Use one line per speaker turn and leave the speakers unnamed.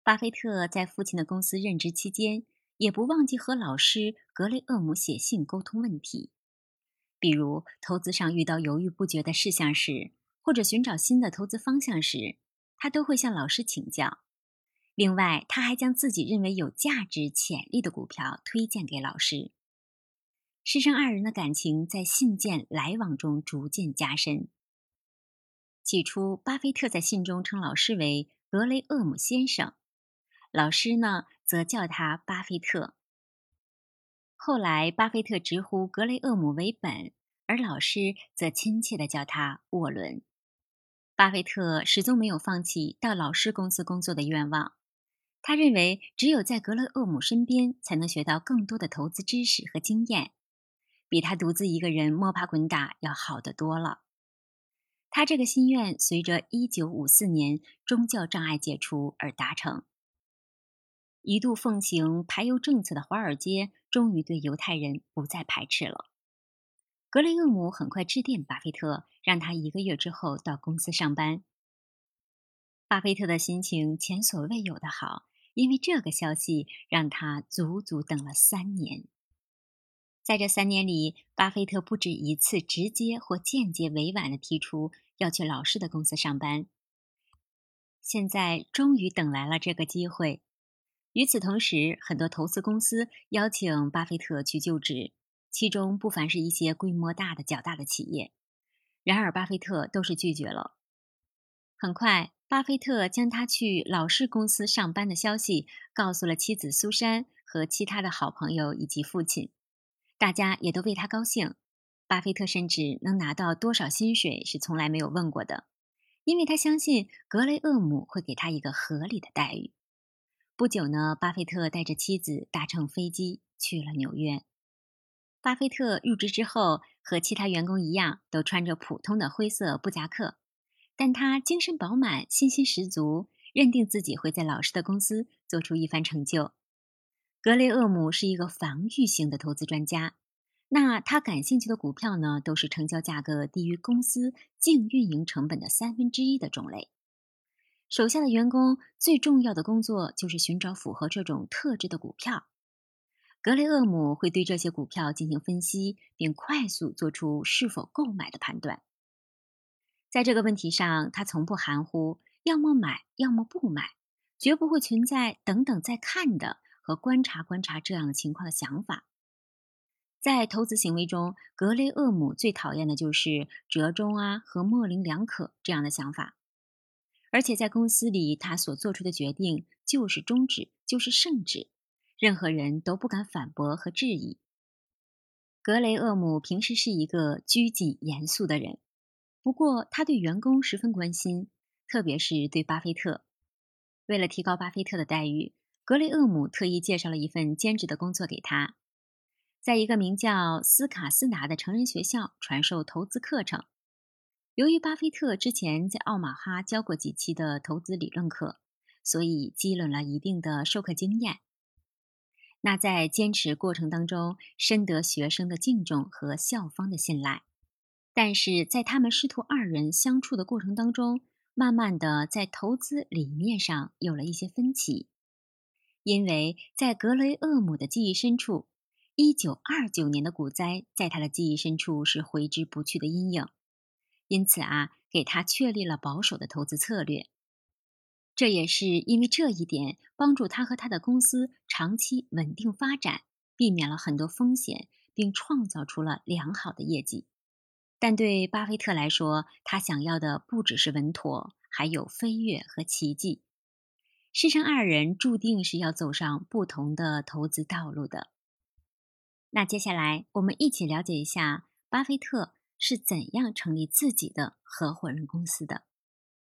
巴菲特在父亲的公司任职期间，也不忘记和老师格雷厄姆写信沟通问题，比如投资上遇到犹豫不决的事项时，或者寻找新的投资方向时，他都会向老师请教。另外，他还将自己认为有价值、潜力的股票推荐给老师。师生二人的感情在信件来往中逐渐加深。起初，巴菲特在信中称老师为格雷厄姆先生，老师呢则叫他巴菲特。后来，巴菲特直呼格雷厄姆为本，而老师则亲切地叫他沃伦。巴菲特始终没有放弃到老师公司工作的愿望。他认为，只有在格雷厄姆身边，才能学到更多的投资知识和经验，比他独自一个人摸爬滚打要好得多了。他这个心愿随着1954年宗教障碍解除而达成。一度奉行排犹政策的华尔街终于对犹太人不再排斥了。格雷厄姆很快致电巴菲特，让他1个月之后到公司上班。巴菲特的心情前所未有的好，因为这个消息让他足足等了3年。在这3年里，巴菲特不止一次直接或间接委婉地提出要去老师的公司上班。现在终于等来了这个机会。与此同时，很多投资公司邀请巴菲特去就职，其中不乏是一些规模大的较大的企业。然而巴菲特都是拒绝了。很快，巴菲特将他去老师公司上班的消息告诉了妻子苏珊和其他的好朋友以及父亲，大家也都为他高兴。巴菲特甚至能拿到多少薪水是从来没有问过的，因为他相信格雷厄姆会给他一个合理的待遇。不久呢，巴菲特带着妻子搭乘飞机去了纽约。巴菲特入职之后，和其他员工一样，都穿着普通的灰色布夹克，但他精神饱满，信心十足，认定自己会在老师的公司做出一番成就。格雷厄姆是一个防御型的投资专家，那他感兴趣的股票呢，都是成交价格低于公司净运营成本的1/3的种类。手下的员工最重要的工作就是寻找符合这种特质的股票。格雷厄姆会对这些股票进行分析，并快速做出是否购买的判断。在这个问题上，他从不含糊，要么买，要么不买，绝不会存在等等再看的和观察观察这样的情况的想法。在投资行为中，格雷厄姆最讨厌的就是折中啊和模棱两可这样的想法。而且在公司里，他所做出的决定就是终止，就是圣旨，任何人都不敢反驳和质疑。格雷厄姆平时是一个拘谨严肃的人，不过他对员工十分关心，特别是对巴菲特。为了提高巴菲特的待遇，格雷厄姆特意介绍了一份兼职的工作给他，在一个名叫斯卡斯达的成人学校传授投资课程。由于巴菲特之前在奥马哈教过几期的投资理论课，所以积累了一定的授课经验。那在坚持过程当中，深得学生的敬重和校方的信赖。但是在他们师徒2人相处的过程当中，慢慢的在投资理念上有了一些分歧。因为在格雷厄姆的记忆深处，1929年的股灾在他的记忆深处是挥之不去的阴影。因此给他确立了保守的投资策略。这也是因为这一点，帮助他和他的公司长期稳定发展，避免了很多风险，并创造出了良好的业绩。但对巴菲特来说，他想要的不只是稳妥，还有飞跃和奇迹。师生2人注定是要走上不同的投资道路的。那接下来，我们一起了解一下巴菲特是怎样成立自己的合伙人公司的。